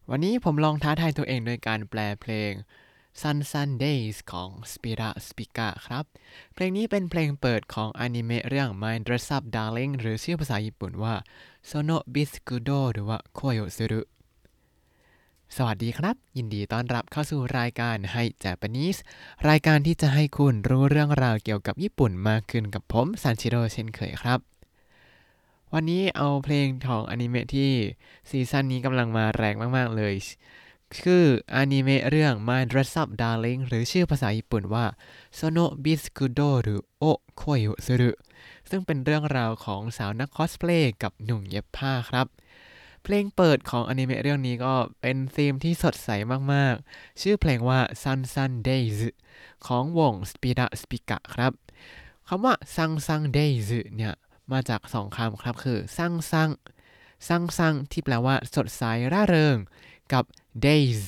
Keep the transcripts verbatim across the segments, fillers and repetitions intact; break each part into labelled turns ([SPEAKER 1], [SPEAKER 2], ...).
[SPEAKER 1] วันนี้ผมลองท้าทายตัวเองโดยการแปลเพลง Sun Sun Days ของ Spira Spica ครับเพลงนี้เป็นเพลงเปิดของอนิเมะเรื่อง My Dress Up Darling หรือชื่อภาษาญี่ปุ่นว่า Sono Biscudo หรือว่า Koi o Suru สวัสดีครับยินดีต้อนรับเข้าสู่รายการให้ Japanese รายการที่จะให้คุณรู้เรื่องราวเกี่ยวกับญี่ปุ่นมากขึ้นกับผมซันชิโร่เช่นเคยครับวันนี้เอาเพลงของอนิเมะที่ซีซั่นนี้กำลังมาแรงมากๆเลยคืออนิเมะเรื่อง My Dress Up Darling หรือชื่อภาษาญี่ปุ่นว่า Sono Biscudo โอ Koi o Suru ซึ่งเป็นเรื่องราวของสาวนักคอสเพลย์กับหนุ่มเย็บผ้าครับเพลงเปิดของอนิเมะเรื่องนี้ก็เป็นธีมที่สดใสมากๆชื่อเพลงว่า Sun Sun Days ของวง Spira Spica ครับคำว่า Sun Sun Days เนี่ยมาจากสองคำครับคือซังซังซังซังที่แปลว่าสดใสร่าเริงกับ days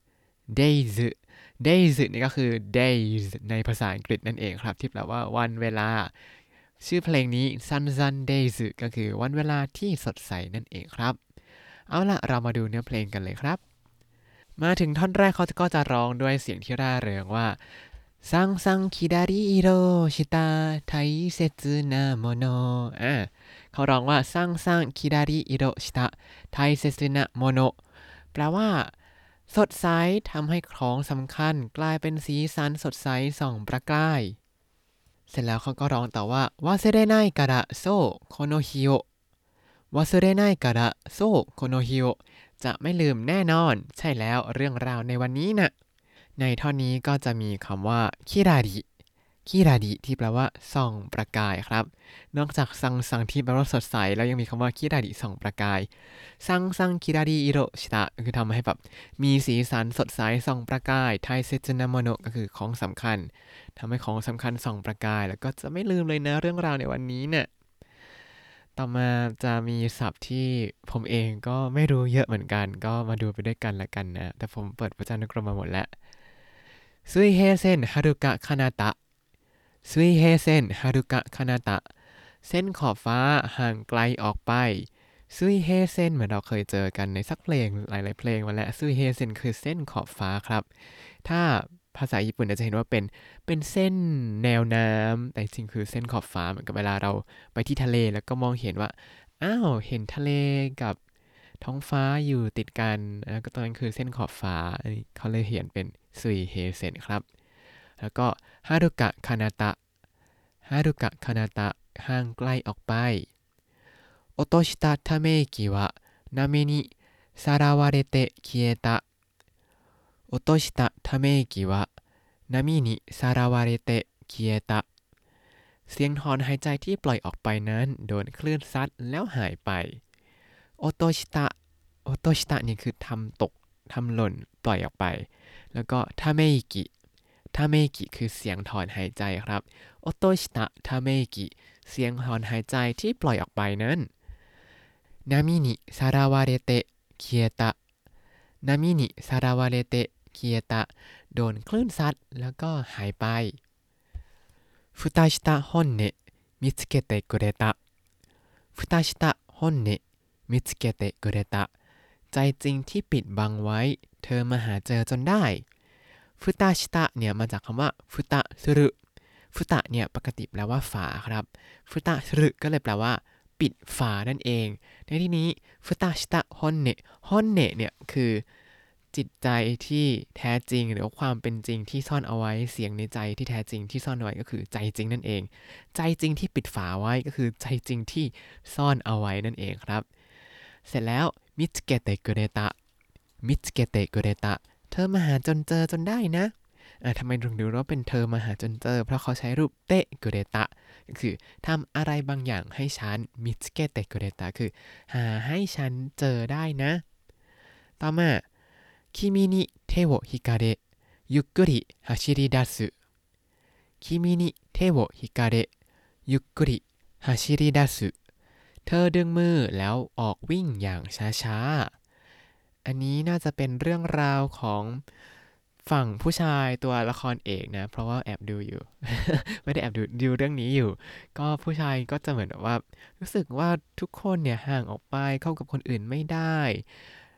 [SPEAKER 1] days days นี่ก็คือ days ในภาษาอังกฤษนั่นเองครับที่แปลว่าวันเวลาชื่อเพลงนี้ Sun Sun Days ก็คือวันเวลาที่สดใสนั่นเองครับเอาล่ะเรามาดูเนื้อเพลงกันเลยครับมาถึงท่อนแรกเขาก็จะร้องด้วยเสียงที่ร่าเริงว่าซังซังคิดาริโรชิตาไทเซซึนาโมโนอ่าเขาร้องว่าซังซังคิดาริโรชิตาไทเซซึนาโมโนแปลว่าสดใสทำให้ของสำคัญกลายเป็นสีสันสดใสส่องประกายเสร็จแล้วเขาก็ร้องต่อว่าวาเซเรไนการะโซโคโนฮิโอวาเซเรไนการะโซโคโนฮิโอจะไม่ลืมแน่นอนใช่แล้วเรื่องราวในวันนี้น่ะในท่อนนี้ก็จะมีคำว่าคิราริคิราริที่แปลว่าส่องประกายครับนอกจากซังซังที่แปลว่าสดใสแล้วยังมีคำว่าคิราริส่องประกายซังซังคิราริอิโรชิตะคือทำให้แบบมีสีสันสดใสส่องประกายไทเซจุนาโมโนะก็คือของสำคัญทำให้ของสำคัญส่องประกายแล้วก็จะไม่ลืมเลยนะเรื่องราวในวันนี้เนี่ยต่อมาจะมีศัพท์ที่ผมเองก็ไม่รู้เยอะเหมือนกันก็มาดูไปด้วยกันละกันนะแต่ผมเปิดพจนานุกรมมาหมดแล้วซุยเฮเซนฮารุกะคานาตะซุยเฮเซนฮารุกะคานาตะเส้นขอบฟ้าห่างไกลออกไปซุยเฮเซนเหมือนเราเคยเจอกันในสักเพลงหลายๆเพลงมาแล้วซุยเฮเซนคือเส้นขอบฟ้าครับถ้าภาษาญี่ปุ่นจะเห็นว่าเป็นเป็นเส้นแนวน้ำแต่จริงคือเส้นขอบฟ้าเหมือนกับเวลาเราไปที่ทะเลแล้วก็มองเห็นว่าอ้าวเห็นทะเลกับท้องฟ้าอยู่ติดกันแล้วก็ตรงนั้นคือเส้นขอบฟ้าอันนี้เขาเลยเขียนเป็นซุยเฮเซนครับแล้วก็ฮารุกะคานาตะฮารุกะคานาตะห่างไกลออกไป落としたため息は波にさらわれて消えた落としたため息は波にさらわれて消えたเสียงถอนหายใจที่ปล่อยออกไปนั้นโดนคลื่นซัดแล้วหายไปโอโตชิตะโอโตชิตะนี่คือทำตกทำหล่นปล่อยออกไปแล้วก็ทาเมอิกิทาเมอิกิคือเสียงถอนหายใจครับโอโตชิตะทาเมอิกิเสียงถอนหายใจที่ปล่อยออกไปนั้น波にさらわれて消えた波にさらわれて消えたโดนคลื่นซัดแล้วก็หายไป蓋した本音見つけてくれた蓋した本音見つけてくれたใจจริงที่ปิดบังไว้เธอมาหาเจอจนได้ฟุตาชิตะเนี่ยมาจากคำว่าฟุตะซึรุฟุตะเนี่ยปกติแปลว่าฝาครับฟุตะซึรุก็เลยแปลว่าปิดฝานั่นเองในที่นี้ฟุตาชิตะฮอนเนะฮอนเนะเนี่ยคือจิตใจที่แท้จริงหรือความเป็นจริงที่ซ่อนเอาไว้เสียงในใจที่แท้จริงที่ซ่อนไว้ก็คือใจจริงนั่นเองใจจริงที่ปิดฝาไว้ก็คือใจจริงที่ซ่อนเอาไว้นั่นเองครับเสร็จแล้วมิสเกเตกุเรตะมิสเกเตกุเรตะเธอมาหาจนเจอจนได้นะอ่าทำไมถึงดูว่าเป็นเธอมาหาจนเจอเพราะเขาใช้รูปเตะกุเรตะก็คือทำอะไรบางอย่างให้ฉันมิสเกเตกุเรตะคือหาให้ฉันเจอได้นะต่อมาคิมินิเทโวฮิกาเระゆっくり走り出すคิมินิเทโวฮิกาเระゆっくり走り出すเธอดึงมือแล้วออกวิ่งอย่างช้าๆอันนี้น่าจะเป็นเรื่องราวของฝั่งผู้ชายตัวละครเอกนะเพราะว่าแอบดูอยู่ ไม่ได้แอบดูดูเรื่องนี้อยู่ก็ผู้ชายก็จะเหมือนแบบว่ารู้สึกว่าทุกคนเนี่ยห่างออกไปเข้ากับคนอื่นไม่ได้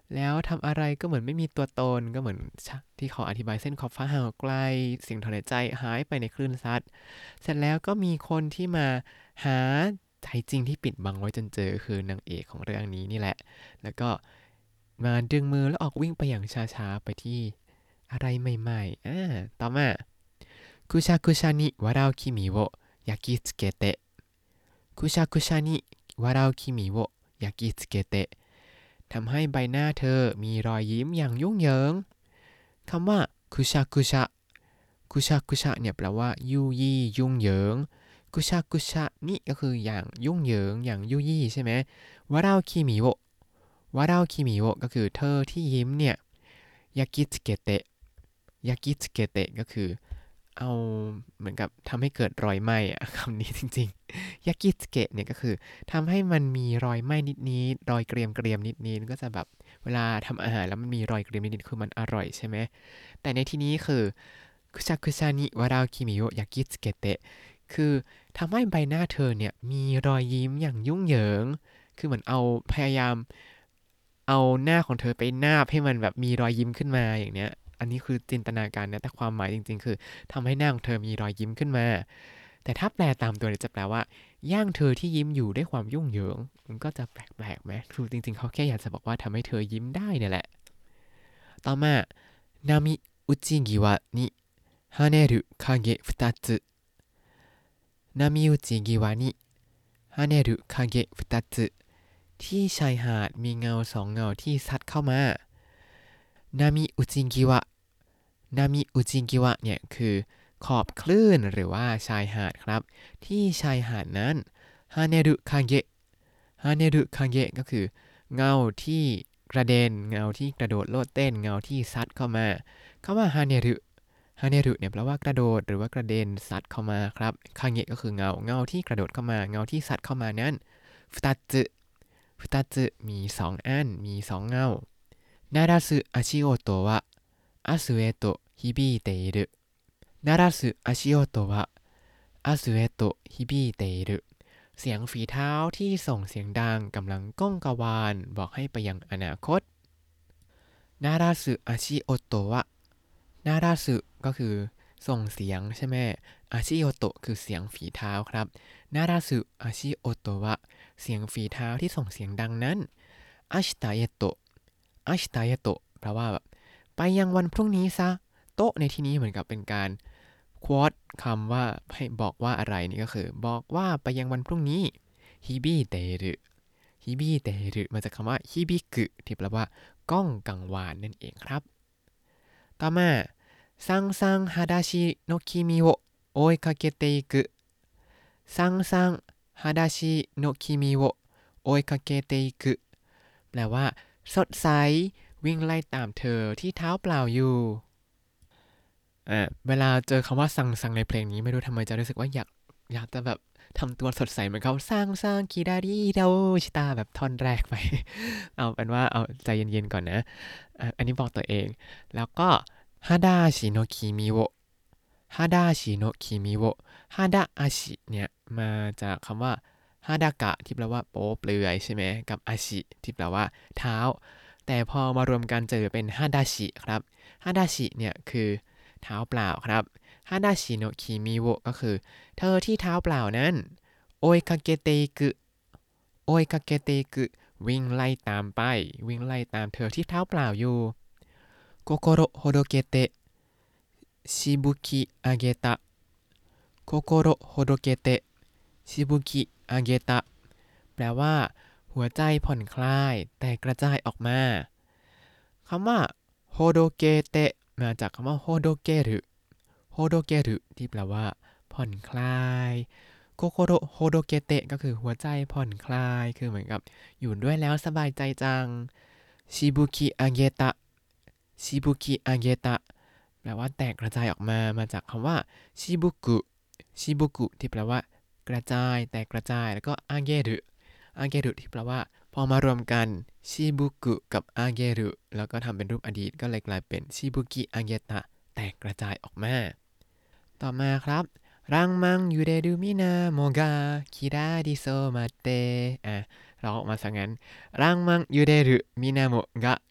[SPEAKER 1] แล้วทำอะไรก็เหมือนไม่มีตัวตนก็เหมือนที่เขาอธิบายเส้นขอบฟ้าห่างไกลเสียงถอนหายใจหายไปในคลื่นซัดเสร็จแล้วก็มีคนที่มาหาใจจริงที่ปิดบังไว้จนเจอคือนางเอกของเรื่องนี้นี่แหละแล้วก็มาดึงมือแล้วออกวิ่งไปอย่างช้าๆไปที่อะไรใหม่ๆอ่าต่อมาคุชาคุชานิวาราวคิมิโอะยากิสเกเตะคุชาคุชานิวาราวคิมิโอะยากิสเกเตะทำให้ใบหน้าเธอมีรอยยิ้มอย่างยุ่งเหยิงคำว่าคุชาคุชาคุชาคุชาเนี่ยแปลว่ายู่ยี่ยุ่งเหยิงคุชาคุชานี่ก็คืออย่างยุ่งเหยิงอย่างยู่ยี่ใช่ไหมวาราวคิมิโอะวาราวคิมิโอะก็คือเธอที่ยิ้มเนี่ยยากิสเกเตะยากิสเกเตะก็คือเอาเหมือนกับทำให้เกิดรอยไหม้อะคำนี้จริงๆยากิสเกะเนี่ยก็คือทำให้มันมีรอยไหม้นิดๆรอยเกรียมเกรียมนิดๆก็จะแบบเวลาทำอาหารแล้วมันมีรอยเกรียมนิดๆคือมันอร่อยใช่ไหมแต่ในที่นี้คือคุชาคุชานิวาราวคิมิโอะยากิสเกเตะคือทำให้ใบหน้าเธอเนี่ยมีรอยยิ้มอย่างยุ่งเหยิงคือเหมือนเอาพยายามเอาหน้าของเธอไปนาบให้มันแบบมีรอยยิ้มขึ้นมาอย่างเนี้ยอันนี้คือจินตนาการนะแต่ความหมายจริงๆคือทำให้หน้าของเธอมีรอยยิ้มขึ้นมาแต่ถ้าแปลตามตัวเนี่ยจะแปลว่าย่างเธอที่ยิ้มอยู่ด้วยความยุ่งเหยิงมันก็จะแปลกๆไหมคือจริงๆเขาแค่อยากจะบอกว่าทำให้เธอยิ้มได้เนี่ยแหละต่อมานามิอุจิงิวะนิฮาเนรุคาเกะふたつนามิอุจิงิวะนิฮาเนรุคาเกะふたつที่ชายหาดมีเงาสองเงาที่ซัดเข้ามานามิอุจิงิวะนามิอุจิงิวะเนี่ยคือขอบคลื่นหรือว่าชายหาดครับที่ชายหาดนั้นฮาเนรุคาเกะฮาเนรุคาเกะก็คือเงาที่กระเด็นเงาที่กระโดดโลดเต้นเงาที่ซัดเข้ามาคำว่าฮาเนรุฮาเนรุเนี่ยแปลว่ากระโดดหรือว่ากระเด็นซัดเข้ามาครับคาเกะก็คือเงาเงาที่กระโดดเข้ามาเงาที่ซัดเข้ามานั้นฟุตาสึฟุตาสึมีสองอันมีสองเงานาราสึอาชิโอโตะ明日へと響いている鳴らす足音は明日へと響いているเสียงฝีเท้าที่ส่งเสียงดังกำลังก้องกังวานบอกให้ไปยังอนาคตนาราสึอาชิโอโตะนาราสึก็คือส่งเสียงใช่ไหมอาชิโอโตะคือเสียงฝีเท้าครับนาราสึอาชิโอโตะเสียงฝีเท้าที่ส่งเสียงดังนั้นอาชิตาเอโตะอาชิตาเอโตะแปลว่าแบบไปยังวันพรุ่งนี้ซะโตะในที่นี้เหมือนกับเป็นการควอตคำว่าให้บอกว่าอะไรนี่ก็คือบอกว่าไปยังวันพรุ่งนี้ฮิบิเตรุฮิบิเตรุมาจากคำว่าฮิบิกุที่แปลว่าก้องกังวานนั่นเองครับต่อมาซังซังฮาดาชิโนคิมิโอโอยคาเกเตอิกุซังซังฮาดาชิโนคิมิโอโอยคาเกเตอิกุแปลว่าสดใสวิ่งไล่ตามเธอที่เท้าเปล่าอยู่อ่าเวลาเจอคำว่าซังซังในเพลงนี้ไม่รู้ทำไมจะรู้สึกว่าอยากอยากจะแบบทำตัวสดใสเหมือนเขาซังซังคิดาริโดชิตาแบบท่อนแรกไปเอาเป็นว่าเอาใจเย็นๆก่อนนะอ่ะอันนี้บอกตัวเองแล้วก็ฮาดาชิโนคิมิโอฮาดาชิโนคิมิโอฮาดาอาชิเนี่ยมาจากคำว่าฮาดากะที่แปลว่าโป๊เปลือยใช่ไหมกับอาชิที่แปลว่าเท้าแต่พอมารวมกันเจอเป็นฮาดาชิครับฮาดาชิเนี่ยคือเท้าเปล่าครับฮาดาชิโนคิมิโอก็คือเธอที่เท้าเปล่านั้นโอยคาเกเตกุโอยคาเกเตกุวิ่งไล่ตามไปวิ่งไล่ตามเธอที่เท้าเปล่าอยู่โกโกโรโฮโดเกเตชิบุกิอาเกตะโกโกโรโฮโดเกเตชิบุกิอาเกตะแปลว่าหัวใจผ่อนคลายแต่กระจายออกมาคำว่าโฮโดเกเตะมาจากคำว่าโฮโดเกรุโฮโดเกรุที่แปลว่าผ่อนคลายโกโกโรโฮโดเกเตะก็คือหัวใจผ่อนคลายคือเหมือนกับอยู่ด้วยแล้วสบายใจจังชิบุกิอาเกตะชิบุกิอาเกตะแปลว่าแตกกระจายออกมามาจากคำว่าชิบุกุชิบุกุที่แปลว่ากระจายแตกกระจายแล้วก็อาเกรุอาเกรุที่แปลว่าพอมารวมกันชิบุกุกับอาเกรุแล้วก็ทำเป็นรูปอดีตก็เลยกลายเป็นชิบุกิอาเกตะแตกกระจายออกมาต่อมาครับรังมังยูเรดูมินาโมกาคิราดิโซมาเตอ่ะเราออกมาสังงั้นรังมังยูเรรุมินาโมกะ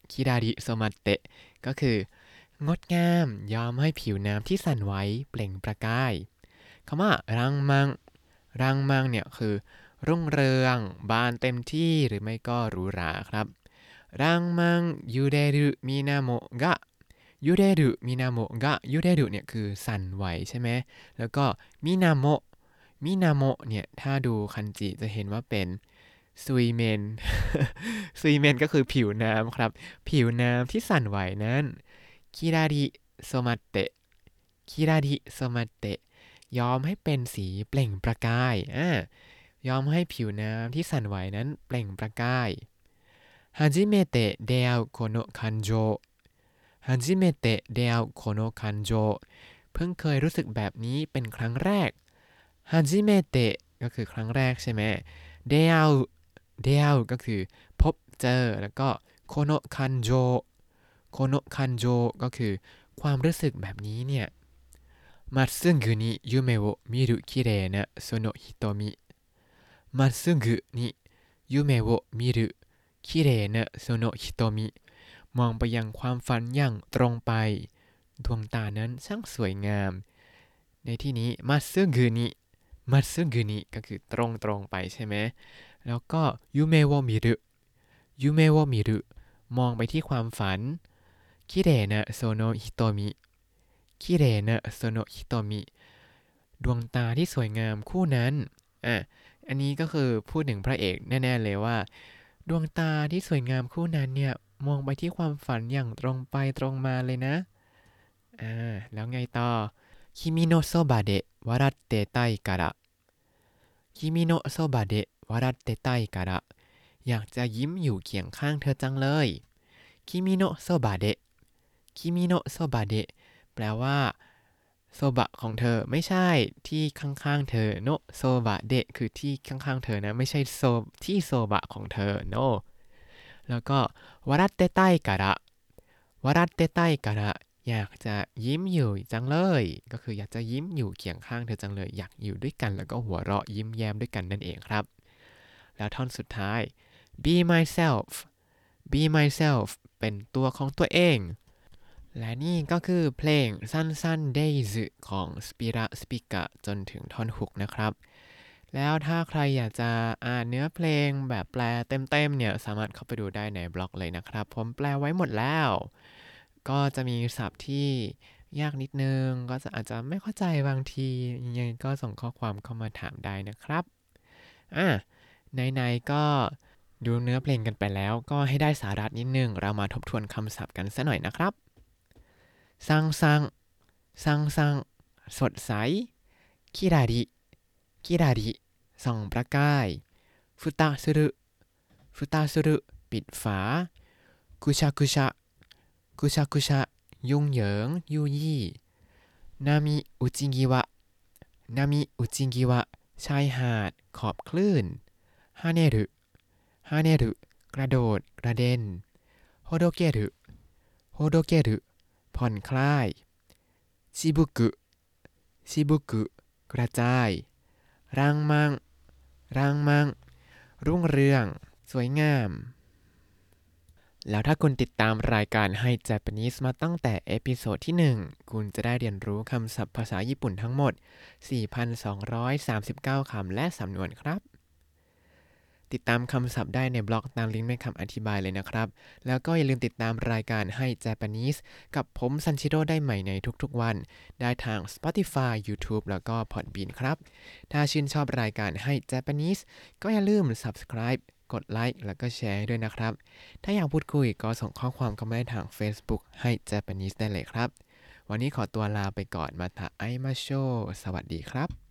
[SPEAKER 1] คิราริโซมาเตะก็คืองดงามยอมให้ผิวน้ำที่สั่นไหวเปล่งประกายคำว่ารังมังรังมังเนี่ยคือรุ่งเรืองบานเต็มที่หรือไม่ก็หรูหราครับรังมังยูเดรุมินาโมะกะยูเดรุมินาโมะกะยูเดรุเนี่ยคือสั่นไหวใช่ไหมแล้วก็มินาโมะมินาโมะเนี่ยถ้าดูคันจิจะเห็นว่าเป็นซุยเมน ซุยเมนก็คือผิวน้ำครับผิวน้ำที่สั่นไหวนั้นคิราริโซมาเตะคิราริโซมาเตะยอมให้เป็นสีเปล่งประกายอ่ายอมให้ผิวน้ำที่สั่นไหวนั้นเปล่งประกาย初めて出会うこの感情初めて出会うこの感情เพิ่งเคยรู้สึกแบบนี้เป็นครั้งแรก初めてก็คือครั้งแรกใช่ไหม出会う出会うก็คือพบเจอแล้วก็โคโนะคันโจโคโนะคันโจก็คือความรู้สึกแบบนี้เนี่ยまっすぐに夢を見る綺麗なその瞳まっすぐに夢を見る綺麗なその瞳มองไปยังความฝันอย่างตรงไปดวงตานั้นช่างสวยงามในที่นี้มาซึกุนิมาซึกุนิก็คือตรงตรงไปใช่ไหมแล้วก็ยูเมโวมิรุยูเมโวมิรุมองไปที่ความฝันคิเรนะโซโนฮิโตมิคิเรนะโซโนฮิโตมิดวงตาที่สวยงามคู่นั้นอ่ะอันนี้ก็คือพูดถึงพระเอกแน่ๆเลยว่าดวงตาที่สวยงามคู่นั้นเนี่ยมองไปที่ความฝันอย่างตรงไปตรงมาเลยนะอ่าแล้วไงต่อคิมิโนะโซบะเดะวารัตเตไตการะคิมิโนะโซบะเดะวารัตเตไตการะอยากจะยิ้มอยู่เคียงข้างเธอจังเลยคิมิโนะโซบะเดะคิมิโนะโซบะเดะแปลว่าโซบะของเธอไม่ใช่ที่ข้างๆเธอโนะโซบะเดะคือที่ข้างๆเธอนะไม่ใช่โซที่โซบะของเธอโนแล้วก็วารัตเตไตการะวารัตเตไตการะอยากจะยิ้มอยู่จังเลยก็คืออยากจะยิ้มอยู่เคียงข้างเธอจังเลยอยากอยู่ด้วยกันแล้วก็หัวเราะยิ้มแย้มด้วยกันนั่นเองครับแล้วท่อนสุดท้าย be myself be myself เป็นตัวของตัวเองและนี่ก็คือเพลงสั้นๆ Days ของ Spira Spica จนถึงท่อนฮุกนะครับแล้วถ้าใครอยากจะอ่านเนื้อเพลงแบบแปลเต็มๆเนี่ยสามารถเข้าไปดูได้ในบล็อกเลยนะครับผมแปลไว้หมดแล้วก็จะมีศัพท์ที่ยากนิดนึงก็จะอาจจะไม่เข้าใจบางทียังไงก็ส่งข้อความเข้ามาถามได้นะครับอ่ะไหนๆก็ดูเนื้อเพลงกันไปแล้วก็ให้ได้สาระนิดนึงเรามาทบทวนคำศัพท์กันสัหน่อยนะครับซังซังซังซังสดใสคิราริคิราริส่องประกายฟุตะสุรุฟุตะสุรุปิดฝาคุชะคุชะคุชะคุชะยุ่งเหยิงยู่ยี่นามิอุจิงิวะนามิอุจิงิวะชายหาดขอบคลื่นฮาเนรุฮาเนรุกระโดดกระเด็นโฮโดเกรุโฮโดเกรุผ่อนคลายชิบุกุชิบุกุกระจายรังมังรังมังรุ่งเรืองสวยงามแล้วถ้าคุณติดตามรายการให้ Japanese มาตั้งแต่เอพิโซดที่หนึ่งคุณจะได้เรียนรู้คำศัพท์ภาษาญี่ปุ่นทั้งหมด สี่พันสองร้อยสามสิบเก้า คำและสำนวนครับติดตามคำศัพท์ได้ในบล็อกตามลิงก์ในคำอธิบายเลยนะครับแล้วก็อย่าลืมติดตามรายการให้ Japanese กับผมซันชิโร่ได้ใหม่ในทุกๆวันได้ทาง Spotify YouTube แล้วก็ Podbean ครับถ้าชื่นชอบรายการให้ Japanese ก็อย่าลืม Subscribe กดไลค์แล้วก็แชร์ด้วยนะครับถ้าอยากพูดคุยก็ส่งข้อความเข้ามาได้ทาง Facebook ให้ Japanese ได้เลยครับวันนี้ขอตัวลาไปก่อนมาทาไอมาโชสวัสดีครับ